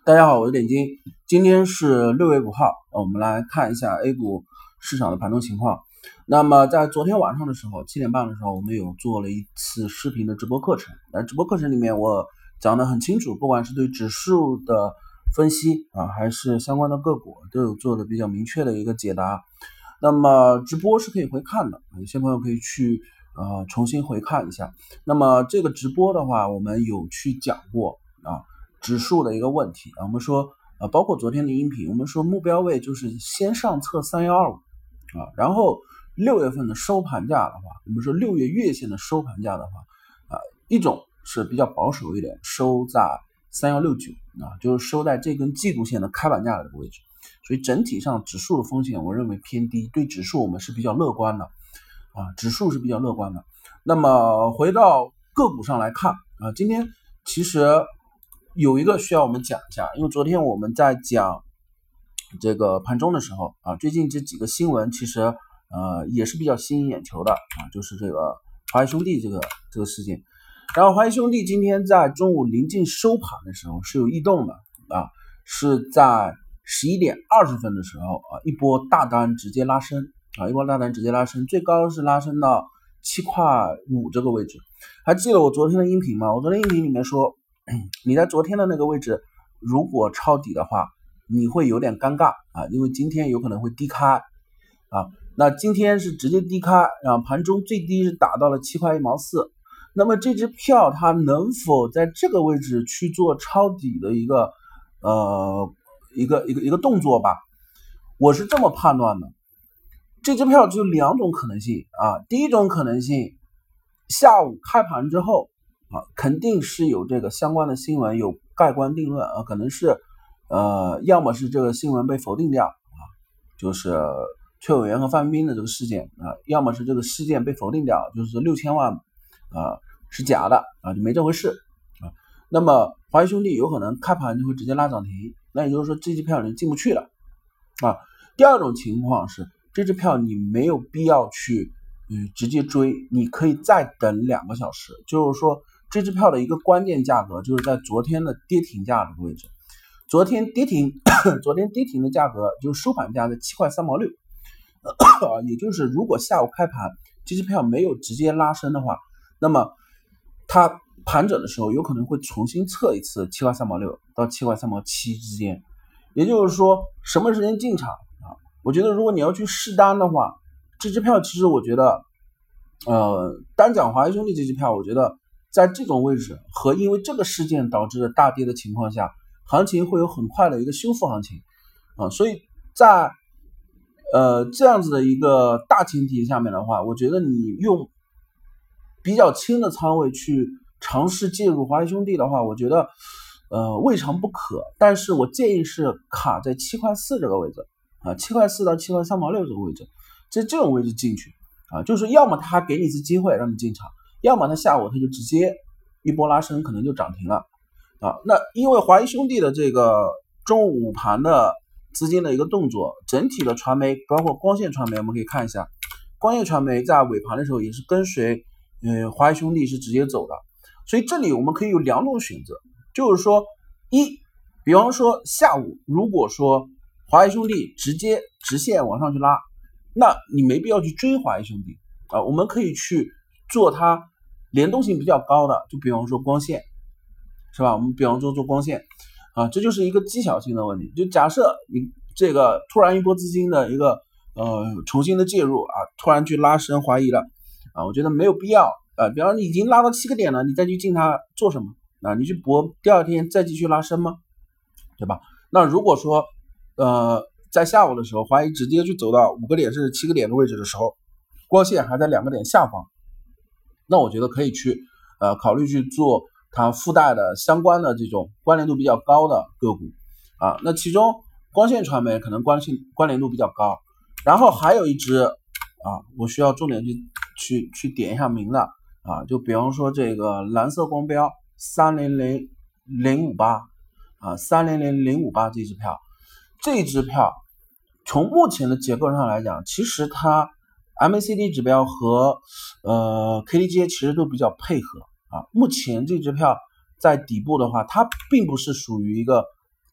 大家好，我是点金。今天是6月5号，我们来看一下 A 股市场的盘中情况。那么在昨天晚上的时候，7点半的时候，我们有做了一次视频的直播课程。直播课程里面我讲得很清楚，不管是对指数的分析还是相关的个股，都有做的比较明确的一个解答。那么直播是可以回看的，有些朋友可以去重新回看一下。那么这个直播的话，我们有去讲过指数的一个问题我们说包括昨天的音频，我们说目标位就是先上测3125然后6月份的收盘价的话，我们说6月月线的收盘价的话一种是比较保守一点，收在3169就是收在这根季度线的开盘价的这个位置。所以整体上指数的风险我认为偏低，对指数我们是比较乐观的指数是比较乐观的。那么回到个股上来看今天其实有一个需要我们讲一下，因为昨天我们在讲这个盘中的时候最近这几个新闻其实也是比较吸引眼球的就是这个华谊兄弟这个事件。然后华谊兄弟今天在中午临近收盘的时候是有异动的是在11点20分的时候一波大单直接拉升最高是拉升到7.5块这个位置。还记得我昨天的音频吗？我昨天音频里面说你在昨天的那个位置如果抄底的话，你会有点尴尬因为今天有可能会低开那今天是直接低开盘中最低是打到了7.1毛4。那么这只票它能否在这个位置去做抄底的一个动作吧？我是这么判断的，这只票只有两种可能性第一种可能性，下午开盘之后肯定是有这个相关的新闻有盖棺定论可能是要么是这个新闻被否定掉就是崔伟元和范冰冰的这个事件要么是这个事件被否定掉，就是6000万是假的就没这回事那么华谊兄弟有可能开盘就会直接拉涨停，那也就是说这支票你进不去了第二种情况是这支票你没有必要去直接追，你可以再等2个小时，就是说这支票的一个关键价格就是在昨天的跌停价这个位置。昨天跌停的价格就是收盘价在7.3毛6也就是如果下午开盘这支票没有直接拉升的话，那么它盘整的时候有可能会重新测一次7.3毛6到7.3毛7之间。也就是说什么时间进场我觉得如果你要去试单的话，这支票其实我觉得单讲华谊兄弟这支票，我觉得在这种位置和因为这个事件导致的大跌的情况下，行情会有很快的一个修复行情所以在这样子的一个大前提下面的话，我觉得你用比较轻的仓位去尝试介入华谊兄弟的话，我觉得未尝不可，但是我建议是卡在7.4块这个位置7.4块到7.3毛6这个位置，在这种位置进去就是要么他给你一次机会让你进场，要么他下午他就直接一波拉升可能就涨停了那因为华谊兄弟的这个中午盘的资金的一个动作，整体的传媒包括光线传媒我们可以看一下，光线传媒在尾盘的时候也是跟随华谊兄弟是直接走的。所以这里我们可以有两种选择，就是说比方说下午如果说华谊兄弟直接直线往上去拉，那你没必要去追华谊兄弟我们可以去做它联动性比较高的，就比方说光线是吧？我们比方说做光线这就是一个技巧性的问题。就假设你这个突然一波资金的一个重新的介入突然去拉升华谊了我觉得没有必要比方你已经拉到7个点了，你再去进它做什么你去搏第二天再继续拉升吗？对吧？那如果说在下午的时候华谊直接去走到5个点甚至7个点的位置的时候，光线还在2个点下方，那我觉得可以去考虑去做它附带的相关的这种关联度比较高的个股那其中光线传媒可能关联度比较高，然后还有一只我需要重点去点一下名的就比方说这个蓝色光标300058300058这支票从目前的结构上来讲，其实它 MACD 指标和KDJ 其实都比较配合目前这支票在底部的话，它并不是属于一个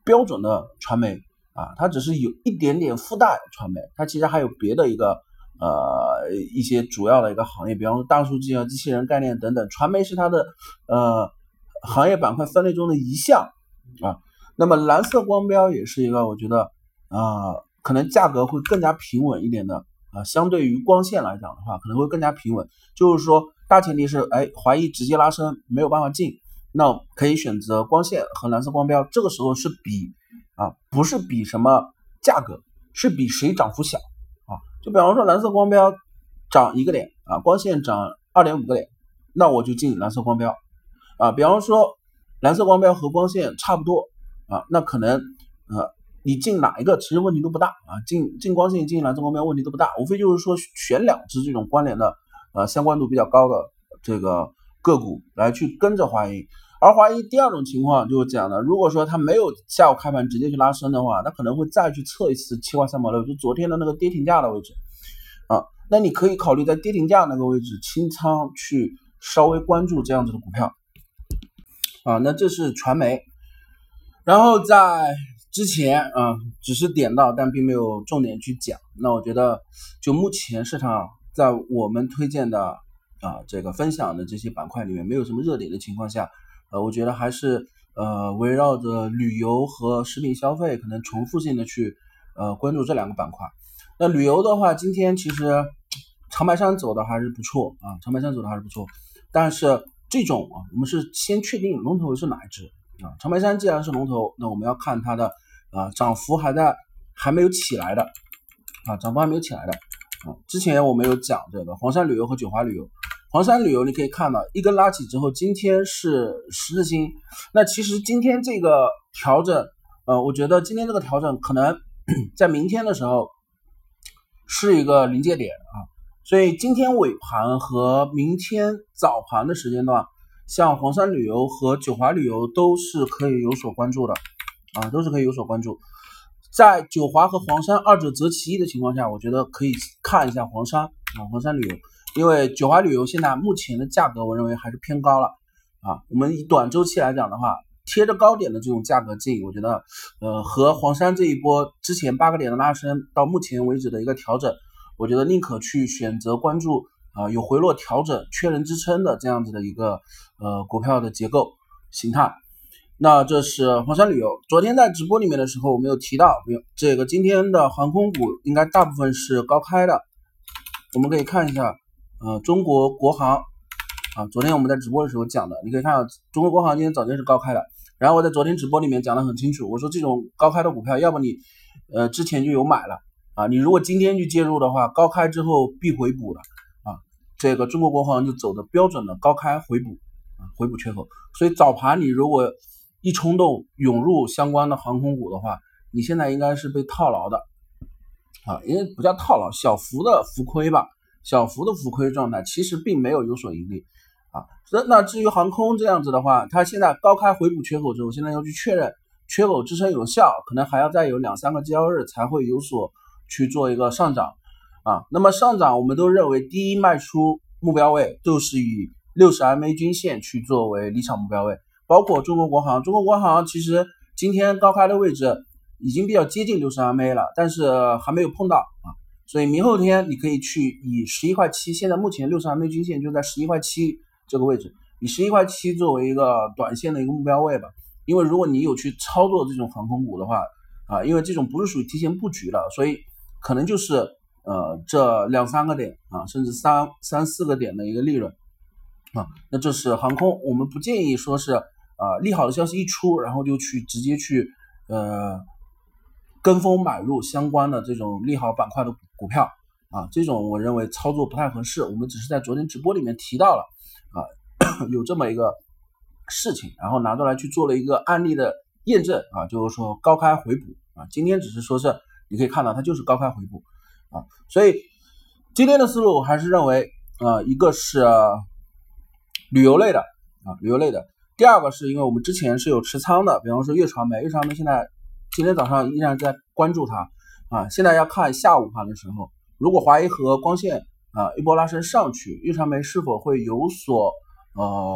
标准的传媒啊，它只是有一点点附带传媒，它其实还有别的一些主要的一个行业，比方说大数据啊、机器人概念等等，传媒是它的行业板块分类中的一项啊。那么蓝色光标也是一个我觉得可能价格会更加平稳一点的相对于光线来讲的话，可能会更加平稳。就是说大前提是怀疑直接拉升没有办法进，那可以选择光线和蓝色光标，这个时候是比不是比什么价格，是比谁涨幅小就比方说蓝色光标涨1个点光线涨2.5个点，那我就进蓝色光标比方说蓝色光标和光线差不多那可能你进哪一个其实问题都不大进光线进蓝色光标问题都不大，无非就是说选2只这种关联的相关度比较高的这个个股来去跟着华谊。而华谊第二种情况就是讲的，如果说它没有下午开盘直接去拉升的话，它可能会再去测一次7块3毛6，就昨天的那个跌停价的位置那你可以考虑在跌停价那个位置清仓去稍微关注这样子的股票那这是传媒。然后在之前只是点到但并没有重点去讲，那我觉得就目前市场在我们推荐的这个分享的这些板块里面没有什么热点的情况下我觉得还是围绕着旅游和食品消费可能重复性的去关注这2个板块。那旅游的话，今天其实长白山走的还是不错长白山走的还是不错，但是这种我们是先确定龙头是哪一只长白山既然是龙头，那我们要看它的涨幅还没有起来的涨幅还没有起来的之前我们有讲这个黄山旅游和九华旅游。黄山旅游你可以看到一根拉起之后，今天是十字星。那其实今天这个调整我觉得今天这个调整可能在明天的时候是一个临界点所以今天尾盘和明天早盘的时间段，像黄山旅游和九华旅游都是可以有所关注的都是可以有所关注。在九华和黄山二者择其一的情况下，我觉得可以看一下黄山旅游，因为九华旅游现在目前的价格我认为还是偏高了我们以短周期来讲的话，贴着高点的这种价格进，我觉得和黄山这一波之前8个点的拉升到目前为止的一个调整，我觉得宁可去选择关注有回落调整确认支撑的这样子的一个股票的结构形态。那这是黄山旅游。昨天在直播里面的时候我们有提到这个今天的航空股应该大部分是高开的，我们可以看一下中国国航昨天我们在直播的时候讲的，你可以看到中国国航今天早间是高开的，然后我在昨天直播里面讲得很清楚，我说这种高开的股票要不你之前就有买了你如果今天去介入的话，高开之后必回补的这个中国国航就走的标准的高开回补回补缺口。所以早盘你如果一冲动涌入相关的航空股的话，你现在应该是被套牢的因为不叫套牢，小幅的浮亏吧，小幅的浮亏状态，其实并没有所盈利那至于航空这样子的话，它现在高开回补缺口之后，现在要去确认缺口支撑有效，可能还要再有2-3个交易日才会有所去做一个上涨那么上涨我们都认为第一卖出目标位都是以60 MA 均线去作为离场目标位，包括中国国航其实今天高开的位置已经比较接近60 MA 了，但是还没有碰到所以明后天你可以去以11块7，现在目前60 MA 均线就在11块7这个位置，以11块7作为一个短线的一个目标位吧。因为如果你有去操作这种航空股的话因为这种不是属于提前布局了，所以可能就是这2-3个点甚至3-4个点的一个利润那这是航空。我们不建议说是利好的消息一出然后就去直接去跟风买入相关的这种利好板块的股票这种我认为操作不太合适。我们只是在昨天直播里面提到了有这么一个事情，然后拿过来去做了一个案例的验证就是说高开回补今天只是说是你可以看到它就是高开回补所以今天的思路我还是认为一个是旅游类的第二个是因为我们之前是有持仓的，比方说粤传媒现在今天早上依然在关注它现在要看下午盘的时候，如果华谊和光线一波拉升上去，粤传媒是否会有所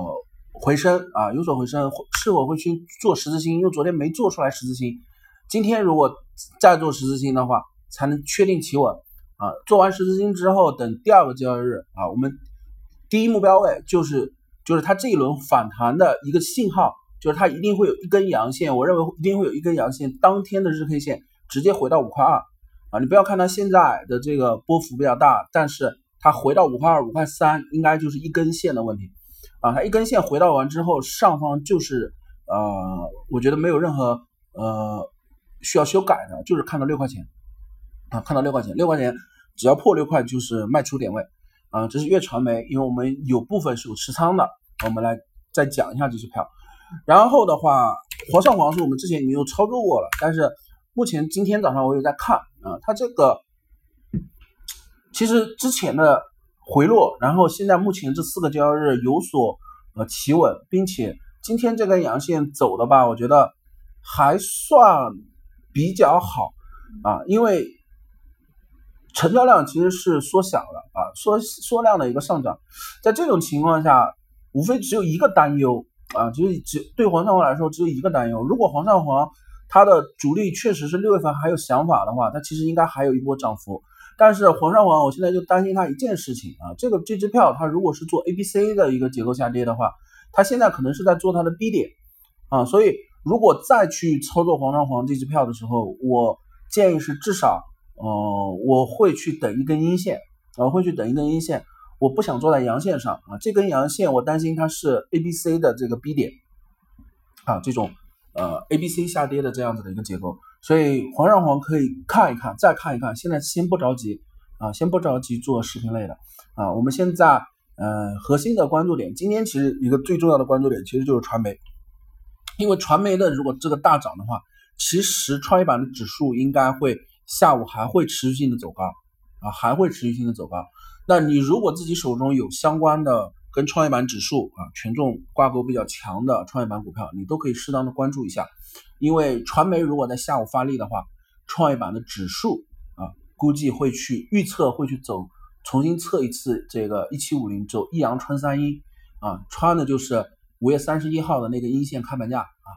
回升啊，有所回升，是否会去做十字星？因为昨天没做出来十字星，今天如果再做十字星的话，才能确定企稳啊。做完十字星之后，等第二个交易日啊，我们第一目标位就是它这一轮反弹的一个信号，就是它一定会有一根阳线，我认为一定会有一根阳线，当天的日 K 线直接回到5.2块啊，你不要看它现在的这个波幅比较大，但是它回到5.2块、5.3块，应该就是一根线的问题啊。它一根线回到完之后，上方就是我觉得没有任何需要修改的，就是看到6块钱啊，看到6块钱，6块钱只要破6块就是卖出点位啊。这是粤传媒，因为我们有部分是有持仓的，我们来再讲一下这支票。然后的话，煌上煌是我们之前已经有操作过了，但是目前今天早上我有在看啊，它这个其实之前的回落，然后现在目前这4个交易日有所企稳，并且今天这根阳线走的吧，我觉得还算比较好啊，因为成交量其实是缩小了啊，缩量的一个上涨，在这种情况下，无非只有一个担忧啊，对煌上煌来说只有一个担忧，如果煌上煌它的主力确实是6月份还有想法的话，它其实应该还有一波涨幅。但是煌上煌我现在就担心它一件事情啊，这支票它如果是做 ABC 的一个结构下跌的话，它现在可能是在做它的 B 点啊，所以如果再去操作煌上煌这支票的时候，我建议是至少我会去等一根阴线，我不想做在阳线上啊，这根阳线我担心它是 ABC 的这个 B 点啊，这种ABC 下跌的这样子的一个结构，所以煌上煌可以看一看，再看一看，现在先不着急啊，先不着急做视频类的啊，我们现在核心的关注点，今天其实一个最重要的关注点其实就是传媒，因为传媒的如果这个大涨的话，其实创业板的指数应该会下午还会持续性的走高啊，还会持续性的走高。那你如果自己手中有相关的跟创业板指数啊权重挂钩比较强的创业板股票，你都可以适当的关注一下，因为传媒如果在下午发力的话，创业板的指数啊估计会去预测会去走重新测一次这个1750，走一阳穿三阴啊，穿的就是5月31号的那个阴线开盘价啊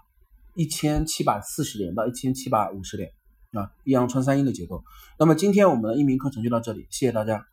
，1740点到1750点啊，一阳穿三阴的结构。那么今天我们的音频课程就到这里，谢谢大家。